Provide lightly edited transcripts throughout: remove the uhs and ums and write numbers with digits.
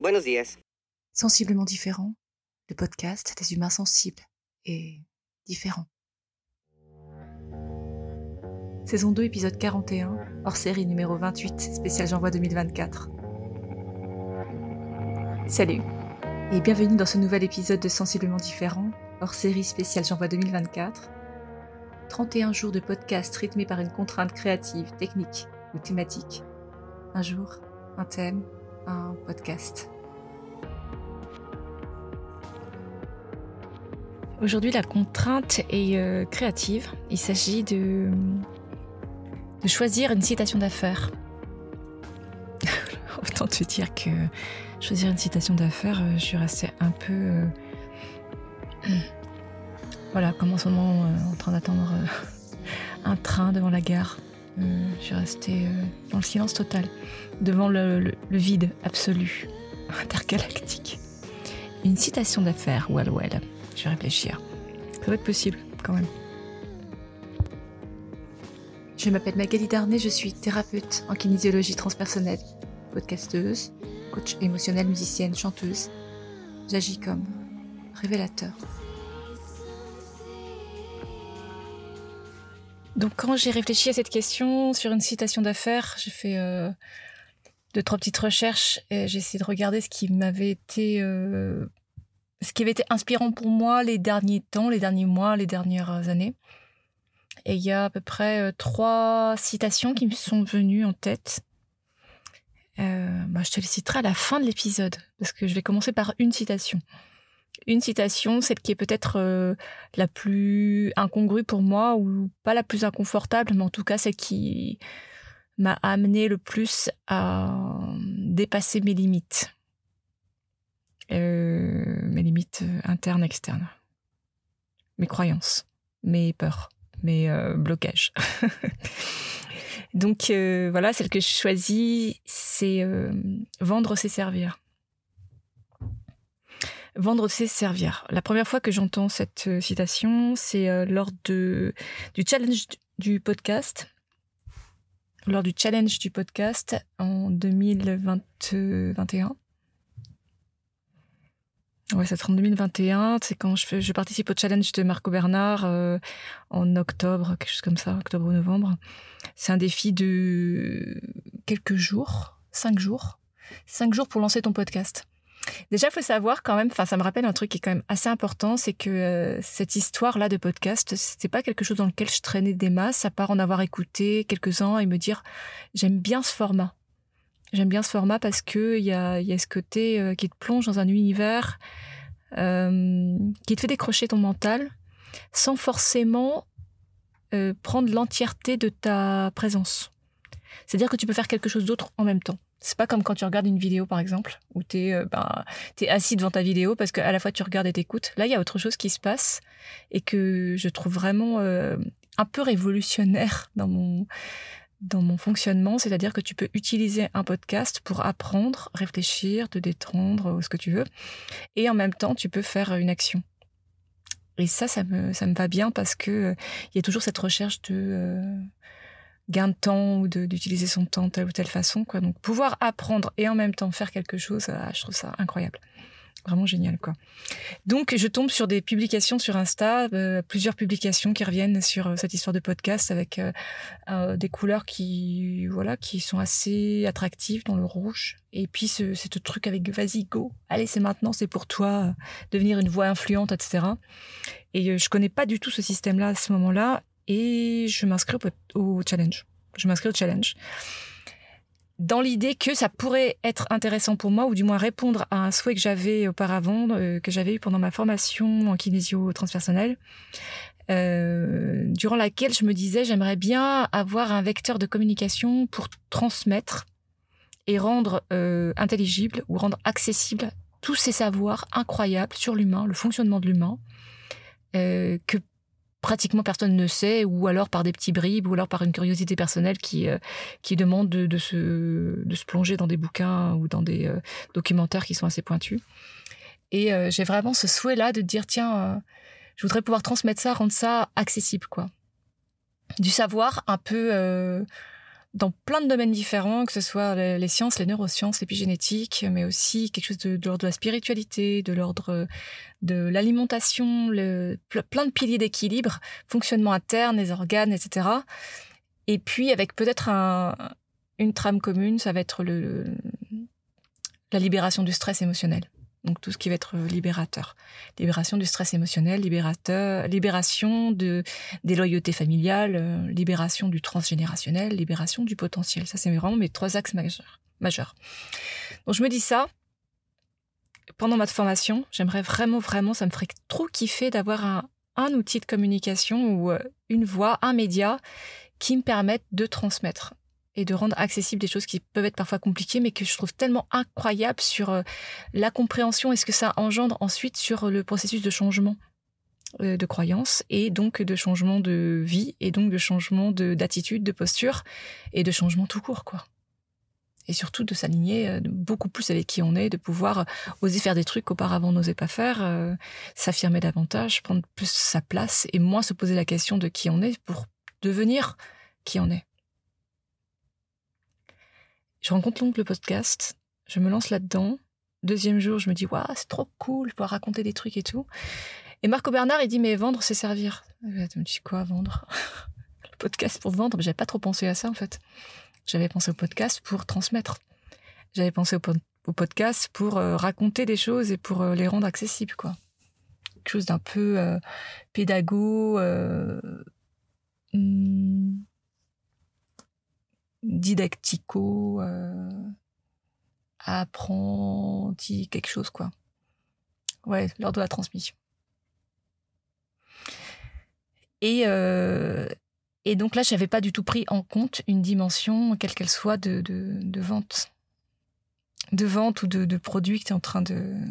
Buenos días. Sensiblement différent, le podcast des humains sensibles et différents. Saison 2, épisode 41, hors série numéro 28, spécial J'envoie 2024. Salut, et bienvenue dans ce nouvel épisode de Sensiblement différent, hors série spéciale J'envoie 2024. 31 jours de podcast rythmés par une contrainte créative, technique ou thématique. Un jour, un thème, un podcast. Aujourd'hui, la contrainte est créative. Il s'agit de choisir une citation d'affaires. Autant te dire que choisir une citation d'affaires, je suis restée un peu... Voilà, comme en ce moment, en train d'attendre un train devant la gare. Je suis restée dans le silence total, devant le vide absolu, intergalactique. Une citation d'affaires, well. Je vais réfléchir. Ça doit être possible, quand même. Je m'appelle Magali Darnay, je suis thérapeute en kinésiologie transpersonnelle, podcasteuse, coach émotionnel, musicienne, chanteuse. J'agis comme révélateur. Donc quand j'ai réfléchi à cette question sur une citation d'affaires, j'ai fait 2-3 petites recherches et j'ai essayé de regarder ce qui avait été inspirant pour moi les derniers temps, les derniers mois, les dernières années. Et il y a à peu près 3 citations qui me sont venues en tête. Je te les citerai à la fin de l'épisode, parce que je vais commencer par une citation. Une citation, celle qui est peut-être la plus incongrue pour moi, ou pas la plus inconfortable, mais en tout cas celle qui m'a amené le plus à dépasser mes limites. Mes limites internes, externes. Mes croyances, mes peurs, mes blocages. Donc voilà, celle que je choisis, c'est vendre, c'est servir. Vendre, c'est servir. La première fois que j'entends cette citation, c'est lors du challenge du podcast. Lors du challenge du podcast en 2021. Ouais, ça sera en 2021. C'est quand je participe au challenge de Marco Bernard en octobre, quelque chose comme ça, octobre ou novembre. C'est un défi de quelques jours, 5 jours. 5 jours pour lancer ton podcast. Déjà, il faut savoir quand même, ça me rappelle un truc qui est quand même assez important, c'est que cette histoire-là de podcast, c'était pas quelque chose dans lequel je traînais des masses, à part en avoir écouté quelques-uns et me dire j'aime bien ce format. J'aime bien ce format parce que il y a ce côté qui te plonge dans un univers qui te fait décrocher ton mental sans forcément prendre l'entièreté de ta présence. C'est-à-dire que tu peux faire quelque chose d'autre en même temps. C'est pas comme quand tu regardes une vidéo, par exemple, où t'es assis devant ta vidéo parce qu'à la fois tu regardes et t'écoutes. Là, il y a autre chose qui se passe et que je trouve vraiment un peu révolutionnaire dans mon fonctionnement. C'est-à-dire que tu peux utiliser un podcast pour apprendre, réfléchir, te détendre, ou ce que tu veux. Et en même temps, tu peux faire une action. Et ça me va bien parce que il y a toujours cette recherche de... gain de temps ou d'utiliser son temps de telle ou telle façon, quoi. Donc pouvoir apprendre et en même temps faire quelque chose, je trouve ça incroyable, vraiment génial, quoi. Donc je tombe sur des publications sur Insta, plusieurs publications qui reviennent sur cette histoire de podcast avec des couleurs qui sont assez attractives dans le rouge, et puis ce truc avec vas-y go, allez c'est maintenant, c'est pour toi, devenir une voix influente, etc. Et je connais pas du tout ce système-là à ce moment-là. Et je m'inscris au challenge. Dans l'idée que ça pourrait être intéressant pour moi, ou du moins répondre à un souhait que j'avais auparavant, que j'avais eu pendant ma formation en kinésio transpersonnelle, durant laquelle je me disais j'aimerais bien avoir un vecteur de communication pour transmettre et rendre intelligible ou rendre accessible tous ces savoirs incroyables sur l'humain, le fonctionnement de l'humain, que pratiquement personne ne sait, ou alors par des petits bribes, ou alors par une curiosité personnelle qui demande de se plonger dans des bouquins ou dans des documentaires qui sont assez pointus. Et j'ai vraiment ce souhait-là de dire tiens, je voudrais pouvoir transmettre ça, rendre ça accessible, quoi. Du savoir un peu dans plein de domaines différents, que ce soit les sciences, les neurosciences, l'épigénétique, mais aussi quelque chose de l'ordre de la spiritualité, de l'ordre de l'alimentation, plein de piliers d'équilibre, fonctionnement interne, les organes, etc. Et puis avec peut-être une trame commune, ça va être la libération du stress émotionnel. Donc tout ce qui va être libérateur. Libération du stress émotionnel, libération des loyautés familiales, libération du transgénérationnel, libération du potentiel. Ça, c'est vraiment mes 3 axes majeurs. Donc je me dis ça, pendant ma formation, j'aimerais vraiment, ça me ferait trop kiffer d'avoir un outil de communication ou une voix, un média qui me permette de transmettre et de rendre accessibles des choses qui peuvent être parfois compliquées, mais que je trouve tellement incroyables sur la compréhension et ce que ça engendre ensuite sur le processus de changement de croyance et donc de changement de vie et donc de changement d'attitude, de posture et de changement tout court, quoi. Et surtout de s'aligner beaucoup plus avec qui on est, de pouvoir oser faire des trucs qu'auparavant on n'osait pas faire, s'affirmer davantage, prendre plus sa place et moins se poser la question de qui on est pour devenir qui on est. Je rencontre donc le podcast, je me lance là-dedans. 2e jour, je me dis, waouh, c'est trop cool, je peux raconter des trucs et tout. Et Marco Bernard, il dit, mais vendre, c'est servir. Je me dis, quoi, vendre? Le podcast pour vendre? J'avais pas trop pensé à ça, en fait. J'avais pensé au podcast pour transmettre. J'avais pensé au podcast pour raconter des choses et pour les rendre accessibles, quoi. Quelque chose d'un peu pédago, didactico, apprenti, quelque chose, quoi. Ouais, l'ordre de la transmission. Et donc là, je n'avais pas du tout pris en compte une dimension, quelle qu'elle soit, de vente. De vente ou de produits que tu es en train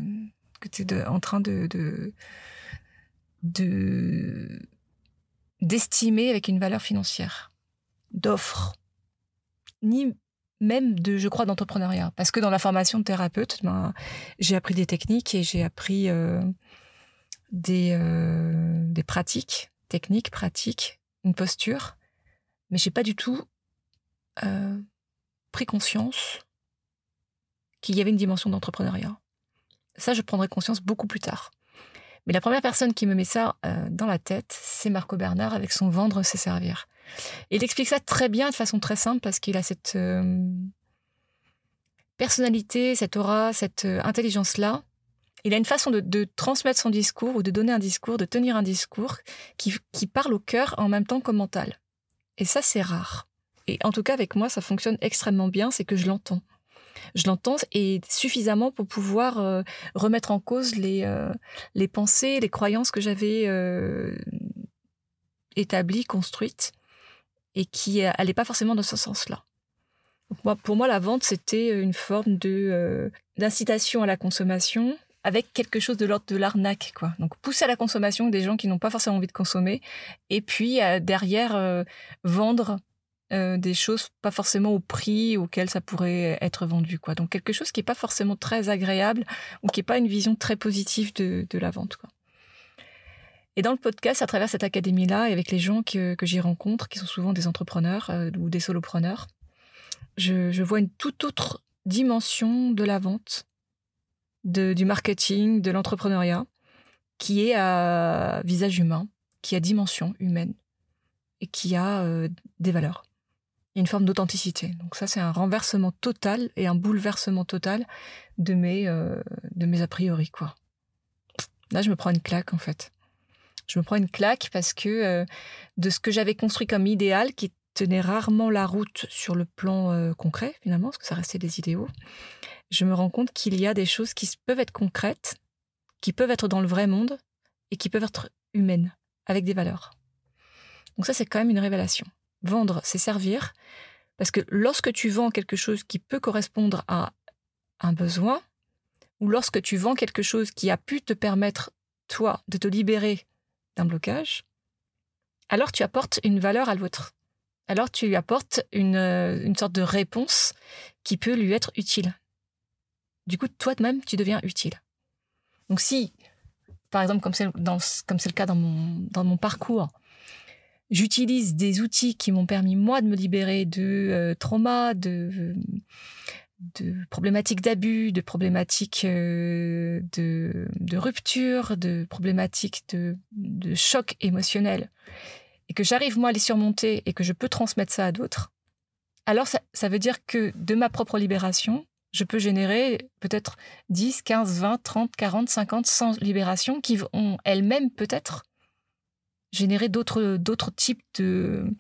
d'estimer avec une valeur financière, d'offre, ni même je crois, d'entrepreneuriat. Parce que dans la formation de thérapeute, j'ai appris des techniques et j'ai appris des techniques pratiques, une posture, mais j'ai pas du tout pris conscience qu'il y avait une dimension d'entrepreneuriat. Ça, je prendrai conscience beaucoup plus tard. Mais la première personne qui me met ça dans la tête, c'est Marco Bernard avec son vendre, c'est servir. Et il explique ça très bien, de façon très simple, parce qu'il a cette personnalité, cette aura, cette intelligence-là. Il a une façon de transmettre son discours ou de donner un discours, de tenir un discours qui parle au cœur en même temps qu'au mental. Et ça, c'est rare. Et en tout cas, avec moi, ça fonctionne extrêmement bien, c'est que je l'entends. Je l'entends et suffisamment pour pouvoir remettre en cause les pensées, les croyances que j'avais établies, construites, et qui n'allaient pas forcément dans ce sens-là. Donc pour moi, la vente, c'était une forme d'incitation à la consommation, avec quelque chose de l'ordre de l'arnaque, quoi. Donc pousser à la consommation des gens qui n'ont pas forcément envie de consommer, et puis derrière vendre des choses pas forcément au prix auquel ça pourrait être vendu, quoi. Donc quelque chose qui est pas forcément très agréable ou qui est pas une vision très positive de la vente, quoi. Et dans le podcast, à travers cette académie-là, et avec les gens que j'y rencontre, qui sont souvent des entrepreneurs ou des solopreneurs, je vois une toute autre dimension de la vente, du marketing, de l'entrepreneuriat, qui est à visage humain, qui a dimension humaine et qui a des valeurs. Il y a une forme d'authenticité. Donc ça, c'est un renversement total et un bouleversement total de mes a priori, quoi. Là, je me prends une claque, en fait. Je me prends une claque parce que de ce que j'avais construit comme idéal, qui tenait rarement la route sur le plan concret, finalement, parce que ça restait des idéaux, je me rends compte qu'il y a des choses qui peuvent être concrètes, qui peuvent être dans le vrai monde et qui peuvent être humaines, avec des valeurs. Donc ça, c'est quand même une révélation. Vendre, c'est servir, parce que lorsque tu vends quelque chose qui peut correspondre à un besoin, ou lorsque tu vends quelque chose qui a pu te permettre, toi, de te libérer d'un blocage, alors tu apportes une valeur à l'autre. Alors tu lui apportes une sorte de réponse qui peut lui être utile. Du coup, toi-même, tu deviens utile. Donc si, par exemple, comme c'est le cas dans mon parcours, j'utilise des outils qui m'ont permis, moi, de me libérer de traumas, de problématiques d'abus, de problématiques de rupture, de problématiques de choc émotionnel, et que j'arrive, moi, à les surmonter et que je peux transmettre ça à d'autres, alors ça veut dire que de ma propre libération, je peux générer peut-être 10, 15, 20, 30, 40, 50, 100 libérations qui vont elles-mêmes peut-être générer d'autres types de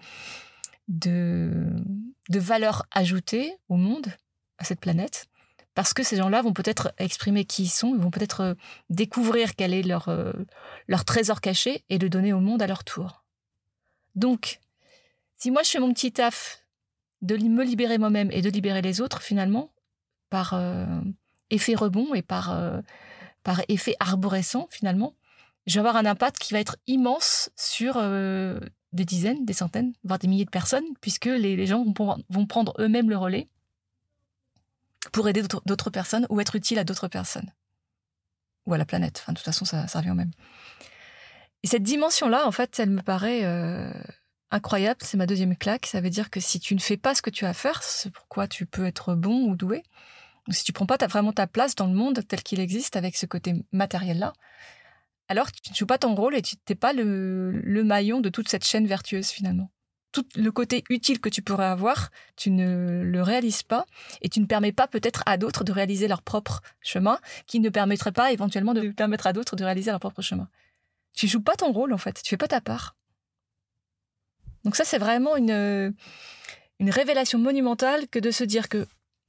valeurs ajoutées au monde, à cette planète, parce que ces gens-là vont peut-être exprimer qui ils sont, ils vont peut-être découvrir quel est leur trésor caché et le donner au monde à leur tour. Donc, si moi je fais mon petit taf de me libérer moi-même et de libérer les autres, finalement, par effet rebond et par effet arborescent, finalement, je vais avoir un impact qui va être immense sur des dizaines, des centaines, voire des milliers de personnes, puisque les gens vont prendre eux-mêmes le relais pour aider d'autres personnes ou être utile à d'autres personnes. Ou à la planète. Enfin, de toute façon, ça revient au même. Et cette dimension-là, en fait, elle me paraît incroyable. C'est ma deuxième claque. Ça veut dire que si tu ne fais pas ce que tu as à faire, c'est pourquoi tu peux être bon ou doué. Donc, si tu ne prends pas vraiment ta place dans le monde tel qu'il existe avec ce côté matériel-là, alors tu ne joues pas ton rôle et tu n'es pas le maillon de toute cette chaîne vertueuse, finalement. Tout le côté utile que tu pourrais avoir, tu ne le réalises pas et tu ne permets pas peut-être à d'autres de réaliser leur propre chemin, qui ne permettrait pas éventuellement de permettre à d'autres de réaliser leur propre chemin. Tu joues pas ton rôle, en fait. Tu fais pas ta part. Donc ça, c'est vraiment une révélation monumentale que de se dire que,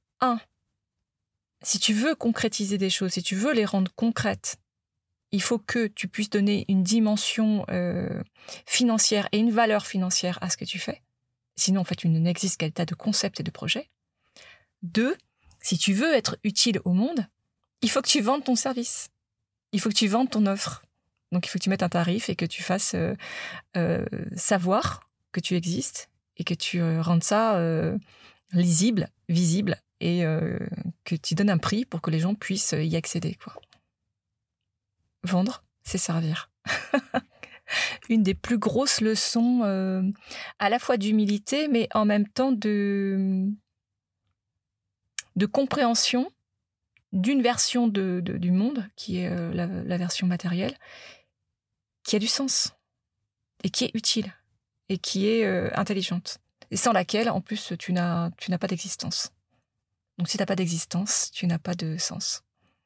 si tu veux concrétiser des choses, si tu veux les rendre concrètes, il faut que tu puisses donner une dimension financière et une valeur financière à ce que tu fais. Sinon, en fait, tu n'existes qu'à l'état de concept et de projet. 2, si tu veux être utile au monde, il faut que tu vendes ton service. Il faut que tu vendes ton offre. Donc, il faut que tu mettes un tarif et que tu fasses savoir que tu existes et que tu rendes ça lisible, visible et que tu donnes un prix pour que les gens puissent y accéder, quoi. Vendre, c'est servir. Une des plus grosses leçons à la fois d'humilité, mais en même temps de compréhension d'une version du monde, qui est la version matérielle, qui a du sens, et qui est utile, et qui est intelligente, et sans laquelle, en plus, tu n'as pas d'existence. Donc si tu n'as pas d'existence, tu n'as pas de sens.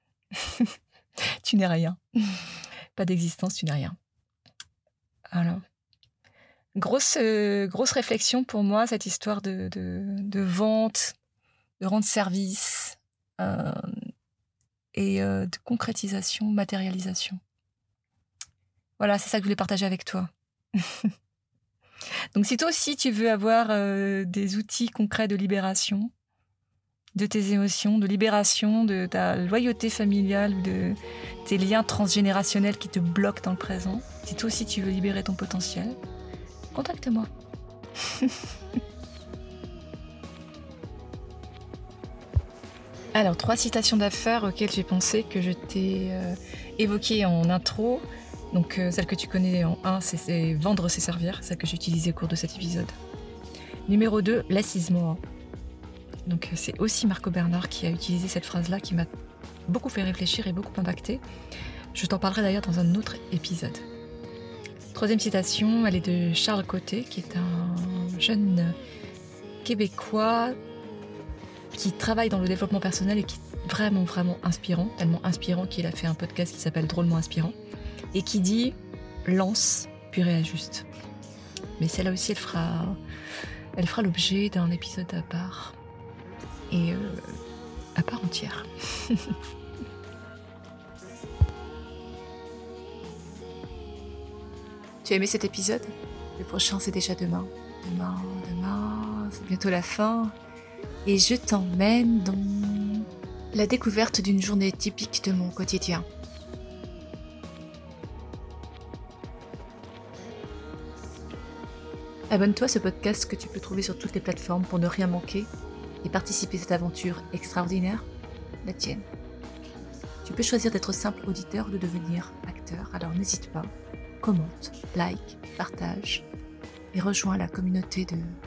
Tu n'es rien. Pas d'existence, tu n'es rien. Alors, grosse réflexion pour moi, cette histoire de vente, de rendre service et de concrétisation, matérialisation. Voilà, c'est ça que je voulais partager avec toi. Donc si toi aussi tu veux avoir des outils concrets de libération de tes émotions, de libération de ta loyauté familiale, de tes liens transgénérationnels qui te bloquent dans le présent, si toi aussi tu veux libérer ton potentiel, contacte-moi. Alors, 3 citations d'affaires auxquelles j'ai pensé, que je t'ai évoquées en intro. Donc, celle que tu connais en 1, c'est vendre, c'est servir, celle que j'ai utilisée au cours de cet épisode. Numéro 2, less is more. Donc, c'est aussi Marco Bernard qui a utilisé cette phrase-là, qui m'a beaucoup fait réfléchir et beaucoup impacté. Je t'en parlerai d'ailleurs dans un autre épisode. 3e citation, elle est de Charles Côté, qui est un jeune Québécois qui travaille dans le développement personnel et qui est vraiment, vraiment inspirant, tellement inspirant qu'il a fait un podcast qui s'appelle Drôlement Inspirant, et qui dit « lance, puis réajuste ». Mais celle-là aussi, elle fera l'objet d'un épisode à part, et à part entière. Tu as aimé cet épisode ? Le prochain, c'est déjà demain. Demain, c'est bientôt la fin. Et je t'emmène dans la découverte d'une journée typique de mon quotidien. Abonne-toi à ce podcast que tu peux trouver sur toutes les plateformes pour ne rien manquer et participer à cette aventure extraordinaire, la tienne. Tu peux choisir d'être simple auditeur ou de devenir acteur, alors n'hésite pas, commente, like, partage et rejoins la communauté de